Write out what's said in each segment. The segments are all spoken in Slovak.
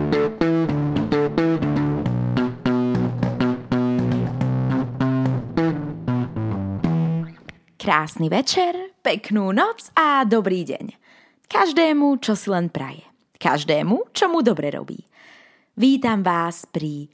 Krásny večer, peknú noc a dobrý deň. Každému, čo si len praje. Každému, čo mu dobre robí. Vítam vás pri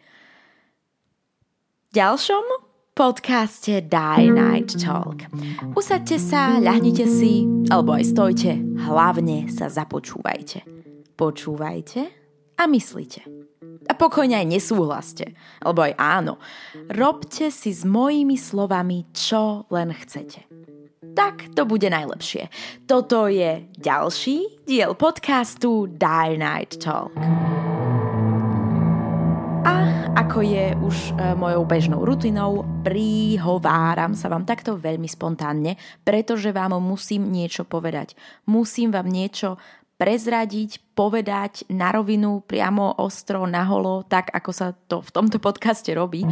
ďalšom podcaste Die Night Talk. Usaďte sa, ľahnite si, alebo aj stojte, hlavne sa započúvajte. Počúvajte a myslite. A pokojne aj nesúhlaste, alebo aj áno. Robte si s mojimi slovami, čo len chcete. Tak to bude najlepšie. Toto je ďalší diel podcastu Die Night Talk. A ako je už mojou bežnou rutinou, prihováram sa vám takto veľmi spontánne, pretože vám musím niečo povedať. Musím vám niečo prezradiť, povedať na rovinu, priamo, ostro, naholo, tak ako sa to v tomto podcaste robí.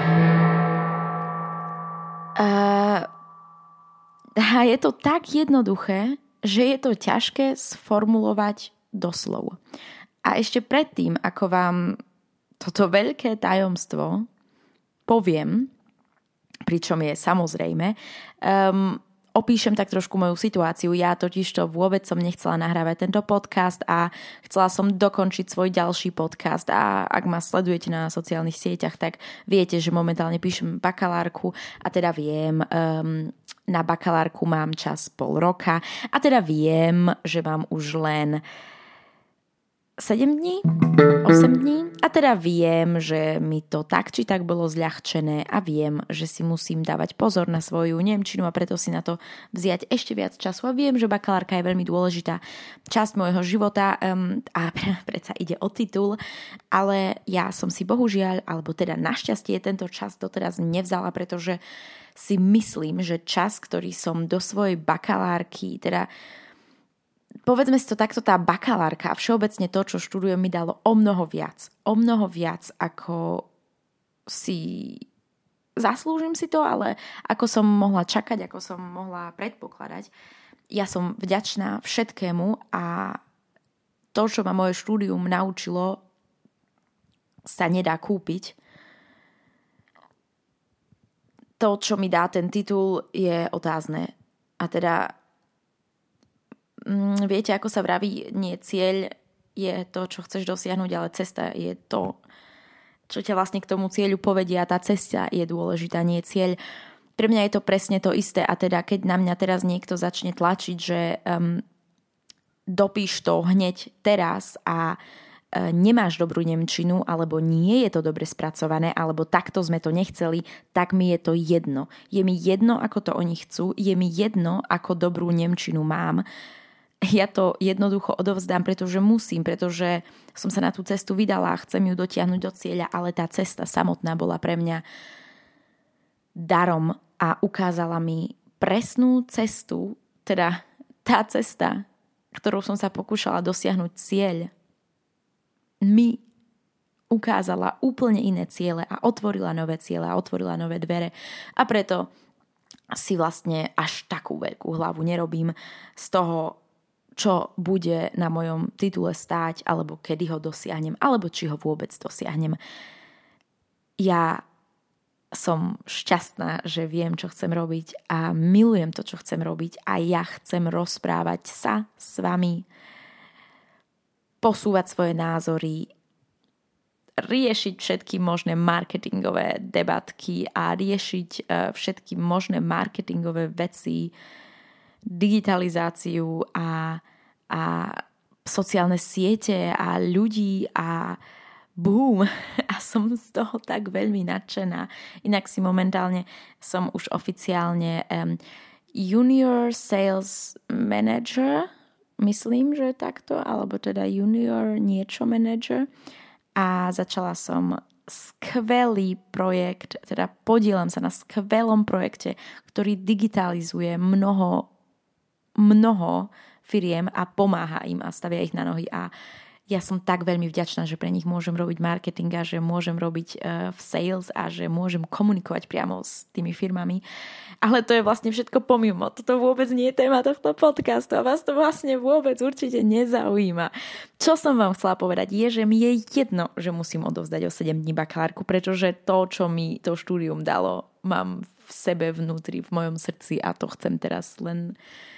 A je to tak jednoduché, že je to ťažké sformulovať doslov. A ešte predtým, ako vám toto veľké tajomstvo poviem, pričom je samozrejme, opíšem tak trošku moju situáciu. Ja totižto vôbec som nechcela nahrávať tento podcast a chcela som dokončiť svoj ďalší podcast a ak ma sledujete na sociálnych sieťach, tak viete, že momentálne píšem bakalárku a teda viem, na bakalárku mám čas pol roka a teda viem, že mám už len 7 dní, 8 dní a teda viem, že mi to tak či tak bolo zľahčené a viem, že si musím dávať pozor na svoju nemčinu a preto si na to vziať ešte viac času a viem, že bakalárka je veľmi dôležitá časť môjho života a predsa ide o titul, ale ja som si bohužiaľ, alebo teda našťastie tento čas doteraz nevzala, pretože si myslím, že čas, ktorý som do svojej bakalárky, teda povedzme si to takto, tá bakalárka a všeobecne to, čo študujem, mi dalo o mnoho viac, ako si zaslúžim si to, ale ako som mohla čakať, ako som mohla predpokladať. Ja som vďačná všetkému a to, čo ma moje štúdium naučilo, sa nedá kúpiť. To, čo mi dá ten titul, je otázne. A teda viete, ako sa vraví, nie cieľ je to, čo chceš dosiahnuť, ale cesta je to, čo ťa vlastne k tomu cieľu povedie a tá cesta je dôležitá, nie cieľ. Pre mňa je to presne to isté a teda keď na mňa teraz niekto začne tlačiť, že dopíš to hneď teraz a nemáš dobrú nemčinu, alebo nie je to dobre spracované, alebo takto sme to nechceli, tak mi je to jedno. Je mi jedno, ako to oni chcú, je mi jedno, ako dobrú nemčinu mám. Ja to jednoducho odovzdám, pretože musím, pretože som sa na tú cestu vydala a chcem ju dotiahnuť do cieľa, ale tá cesta samotná bola pre mňa darom a ukázala mi presnú cestu, teda tá cesta, ktorou som sa pokúšala dosiahnuť cieľ, mi ukázala úplne iné ciele a otvorila nové ciele a otvorila nové dvere. A preto si vlastne až takú veľkú hlavu nerobím z toho, čo bude na mojom titule stáť, alebo kedy ho dosiahnem, alebo či ho vôbec dosiahnem. Ja som šťastná, že viem, čo chcem robiť a milujem to, čo chcem robiť a ja chcem rozprávať sa s vami, posúvať svoje názory, riešiť všetky možné marketingové debatky a riešiť všetky možné marketingové veci, digitalizáciu a sociálne siete a ľudí a boom. A som z toho tak veľmi nadšená. Inak si momentálne som už oficiálne junior sales manager, myslím, že takto, alebo teda junior niečo manager a začala som skvelý projekt, teda podielam sa na skvelom projekte, ktorý digitalizuje mnoho firiem a pomáha im a stavia ich na nohy a ja som tak veľmi vďačná, že pre nich môžem robiť marketing a že môžem robiť v sales a že môžem komunikovať priamo s tými firmami. Ale to je vlastne všetko pomimo. Toto vôbec nie je téma tohto podcastu a vás to vlastne vôbec určite nezaujíma. Čo som vám chcela povedať je, že mi je jedno, že musím odovzdať o 7 dní bakalárku, pretože to, čo mi to štúdium dalo, mám v sebe vnútri, v mojom srdci a to chcem teraz len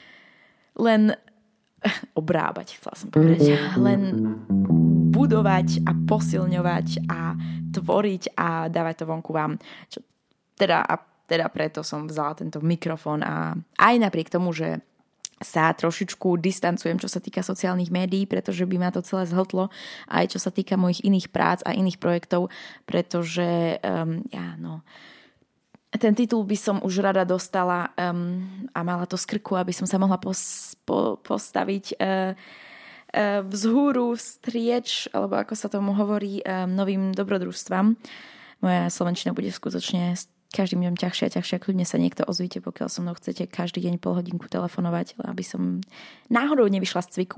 obrábať, chcela som povedať, len budovať a posilňovať a tvoriť a dávať to vonku vám. Teda preto som vzala tento mikrofón a aj napriek tomu, že sa trošičku distancujem, čo sa týka sociálnych médií, pretože by ma to celé zhltlo, aj čo sa týka mojich iných prác a iných projektov, pretože ten titul by som už rada dostala a mala to z krku, aby som sa mohla postaviť vzhúru, vstrieč, alebo ako sa tomu hovorí, novým dobrodružstvám. Moja slovenčina bude skutočne každým dňom ťažšia a ťažšia. Kľudne sa niekto ozvíte, pokiaľ so mnou chcete každý deň pol hodinku telefonovať, aby som náhodou nevyšla z cviku.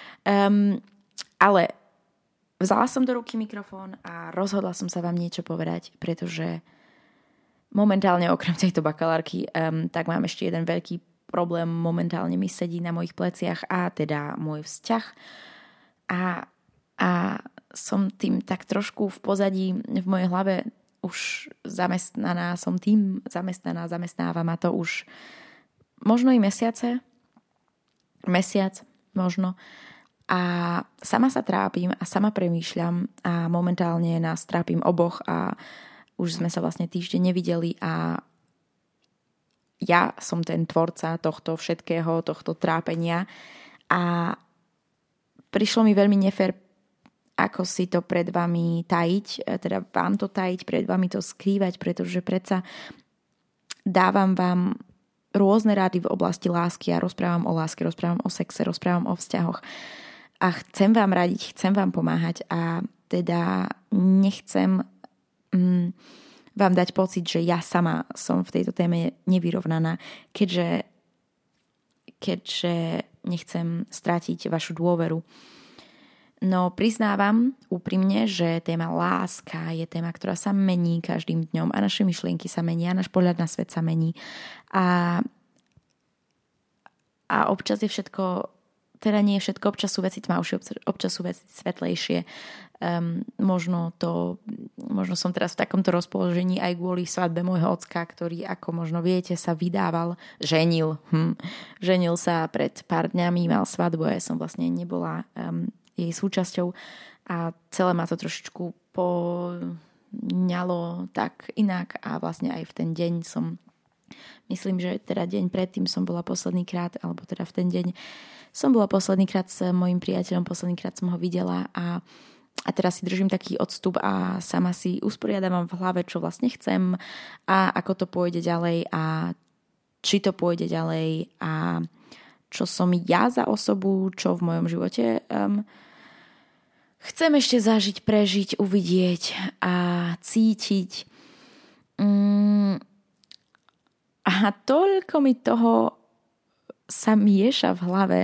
Ale vzala som do ruky mikrofón a rozhodla som sa vám niečo povedať, pretože momentálne okrem tejto bakalárky tak mám ešte jeden veľký problém. Momentálne mi sedí na mojich pleciach a teda môj vzťah. A som tým tak trošku v pozadí v mojej hlave už zamestnaná. Som tým zamestnáva ma to už možno i mesiac možno. A sama sa trápim a sama premýšľam a momentálne nás trápim oboch a už sme sa vlastne týždeň nevideli a ja som ten tvorca tohto všetkého, tohto trápenia a prišlo mi veľmi nefér, ako si to pred vami tajiť, teda vám to tajiť, pred vami to skrývať, pretože predsa dávam vám rôzne rady v oblasti lásky a rozprávam o láske, rozprávam o sexe, rozprávam o vzťahoch a chcem vám radiť, chcem vám pomáhať a teda nechcem vám dať pocit, že ja sama som v tejto téme nevyrovnaná, keďže nechcem stratiť vašu dôveru. No priznávam úprimne, že téma láska je téma, ktorá sa mení každým dňom a naše myšlienky sa menia, náš pohľad na svet sa mení a občas je všetko, teda nie je všetko, občas sú veci tmavšie, občas sú veci svetlejšie. Možno som teraz v takomto rozpoložení aj kvôli svadbe môjho ocka, ktorý, ako možno viete, sa vydával, ženil sa pred pár dňami, mal svadbu a ja som vlastne nebola jej súčasťou a celé ma to trošičku poňalo tak inak a vlastne aj v ten deň myslím, že teda deň predtým som bola posledný krát, alebo teda v ten deň som bola posledný krát s mojim priateľom, posledný krát som ho videla a teraz si držím taký odstup a sama si usporiadavam v hlave, čo vlastne chcem a ako to pôjde ďalej a či to pôjde ďalej a čo som ja za osobu, čo v mojom živote chcem ešte zažiť, prežiť, uvidieť a cítiť. A toľko mi toho sa mieša v hlave,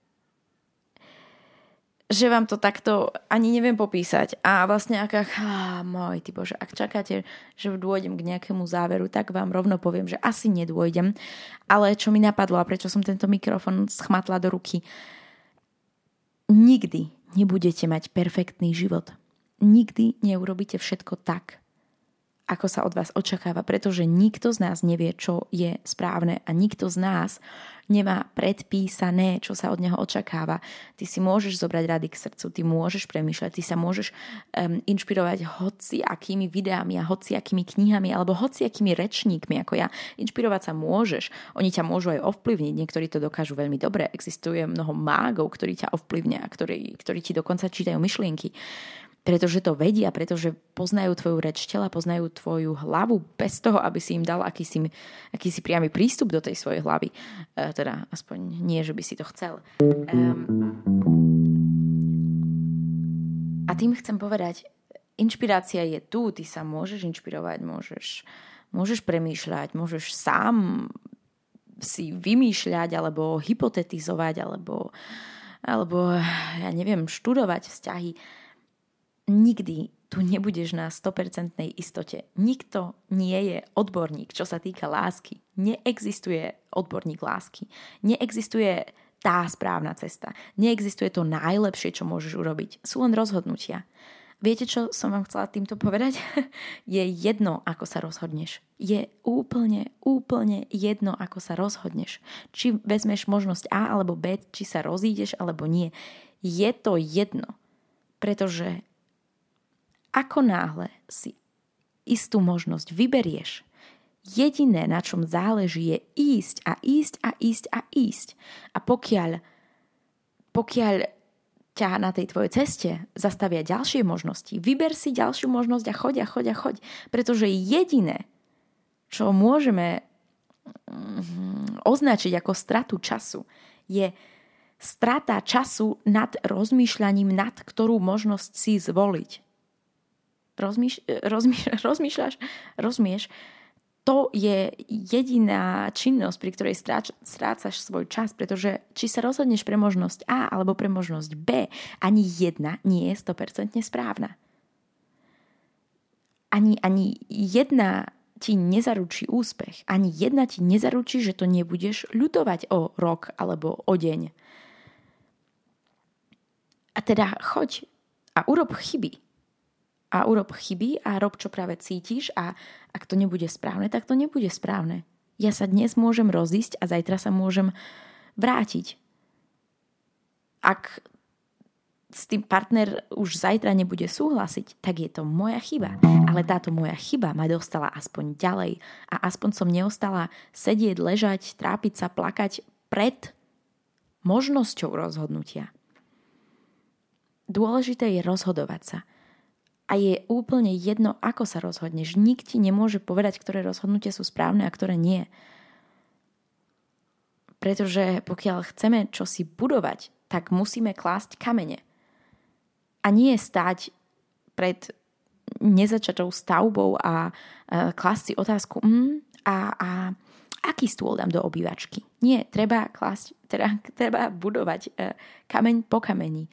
že vám to takto ani neviem popísať. A vlastne môj ty Bože, ak čakáte, že dôjdem k nejakému záveru, tak vám rovno poviem, že asi nedôjdem. Ale čo mi napadlo a prečo som tento mikrofón schmatla do ruky. Nikdy nebudete mať perfektný život. Nikdy neurobíte všetko tak, ako sa od vás očakáva, pretože nikto z nás nevie, čo je správne a nikto z nás nemá predpísané, čo sa od neho očakáva. Ty si môžeš zobrať rady k srdcu, ty môžeš premýšľať, ty sa môžeš inšpirovať hociakými videami a hociakými knihami alebo hociakými rečníkmi ako ja. Inšpirovať sa môžeš, oni ťa môžu aj ovplyvniť, niektorí to dokážu veľmi dobre. Existuje mnoho mágov, ktorí ťa ovplyvnia, ktorí ti dokonca čítajú myšlienky. Pretože to vedia, pretože poznajú tvoju reč tela, poznajú tvoju hlavu bez toho, aby si im dal akýsi priamy prístup do tej svojej hlavy. Teda aspoň nie, že by si to chcel. A tým chcem povedať, inšpirácia je tu, ty sa môžeš inšpirovať, môžeš premýšľať, môžeš sám si vymýšľať alebo hypotetizovať alebo alebo ja neviem, študovať vzťahy. Nikdy tu nebudeš na 100% istote. Nikto nie je odborník, čo sa týka lásky. Neexistuje odborník lásky. Neexistuje tá správna cesta. Neexistuje to najlepšie, čo môžeš urobiť. Sú len rozhodnutia. Viete, čo som vám chcela týmto povedať? Je jedno, ako sa rozhodneš. Je úplne jedno, ako sa rozhodneš. Či vezmeš možnosť A alebo B, či sa rozídeš alebo nie. Je to jedno. Pretože ako náhle si istú možnosť vyberieš, jediné, na čom záleží, je ísť a ísť a ísť a ísť. A pokiaľ ťa na tej tvojej ceste zastavia ďalšie možnosti, vyber si ďalšiu možnosť a choď. Pretože jediné, čo môžeme označiť ako stratu času, je strata času nad rozmýšľaním, nad ktorú možnosť si zvoliť. Rozmýšľaš? Rozumieš? To je jediná činnosť, pri ktorej strácaš svoj čas, pretože či sa rozhodneš pre možnosť A alebo pre možnosť B, ani jedna nie je 100% správna. Ani jedna ti nezaručí úspech, ani jedna ti nezaručí, že to nebudeš ľutovať o rok alebo o deň. A teda choď a urob chyby. A urob chyby a rob, čo práve cítiš, a ak to nebude správne, tak to nebude správne. Ja sa dnes môžem rozísť a zajtra sa môžem vrátiť. Ak s tým partner už zajtra nebude súhlasiť, tak je to moja chyba. Ale táto moja chyba ma dostala aspoň ďalej a aspoň som neostala sedieť, ležať, trápiť sa, plakať pred možnosťou rozhodnutia. Dôležité je rozhodovať sa. A je úplne jedno, ako sa rozhodneš. Nik ti nemôže povedať, ktoré rozhodnutia sú správne a ktoré nie. Pretože pokiaľ chceme čosi budovať, tak musíme klásť kamene. A nie stáť pred nezačatou stavbou a klásť si otázku a aký stôl dám do obývačky. Nie, treba budovať kameň po kameni.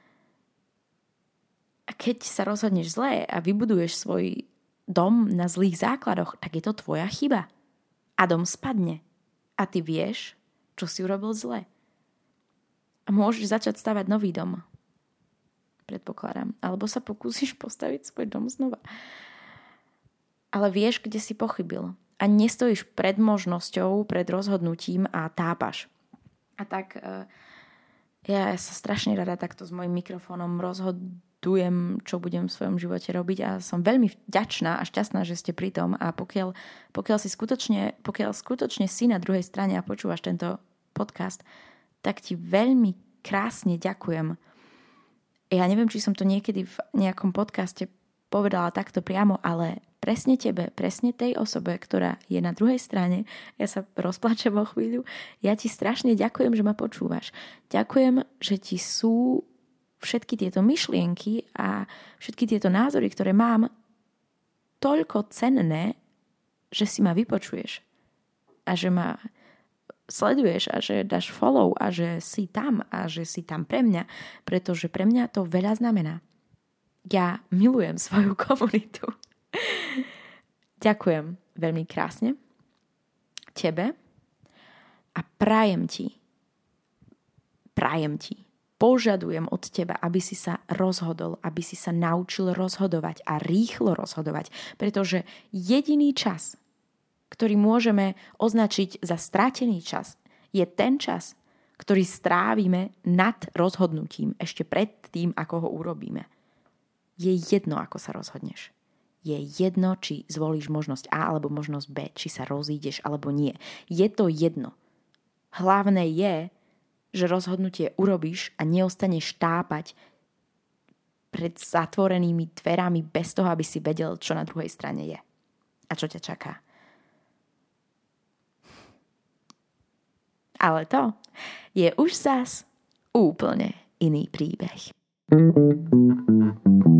A keď sa rozhodneš zlé a vybuduješ svoj dom na zlých základoch, tak je to tvoja chyba. A dom spadne. A ty vieš, čo si urobil zle. A môžeš začať stavať nový dom. Predpokladám. Alebo sa pokúsiš postaviť svoj dom znova. Ale vieš, kde si pochybil. A nestojíš pred možnosťou, pred rozhodnutím a tápaš. A tak ja sa strašne rada takto s mojím mikrofónom rozhodujem, čo budem v svojom živote robiť, a som veľmi vďačná a šťastná, že ste pri tom, a pokiaľ skutočne si na druhej strane a počúvaš tento podcast, tak ti veľmi krásne ďakujem. Ja neviem, či som to niekedy v nejakom podcaste povedala takto priamo, ale presne tebe, presne tej osobe, ktorá je na druhej strane, ja sa rozplačem o chvíľu, ja ti strašne ďakujem, že ma počúvaš. Ďakujem, že ti sú všetky tieto myšlienky a všetky tieto názory, ktoré mám, toľko cenné, že si ma vypočuješ a že ma sleduješ a že dáš follow a že si tam pre mňa, pretože pre mňa to veľa znamená. Ja milujem svoju komunitu. Ďakujem veľmi krásne tebe a prajem ti, požadujem od teba, aby si sa rozhodol, aby si sa naučil rozhodovať a rýchlo rozhodovať, pretože jediný čas, ktorý môžeme označiť za stratený čas, je ten čas, ktorý strávime nad rozhodnutím ešte pred tým, ako ho urobíme. Je jedno, ako sa rozhodneš. Je jedno, či zvolíš možnosť A alebo možnosť B, či sa rozídeš alebo nie. Je to jedno. Hlavné je, že rozhodnutie urobíš a neostaneš tápať pred zatvorenými dverami bez toho, aby si vedel, čo na druhej strane je. A čo ťa čaká. Ale to je už zas úplne iný príbeh.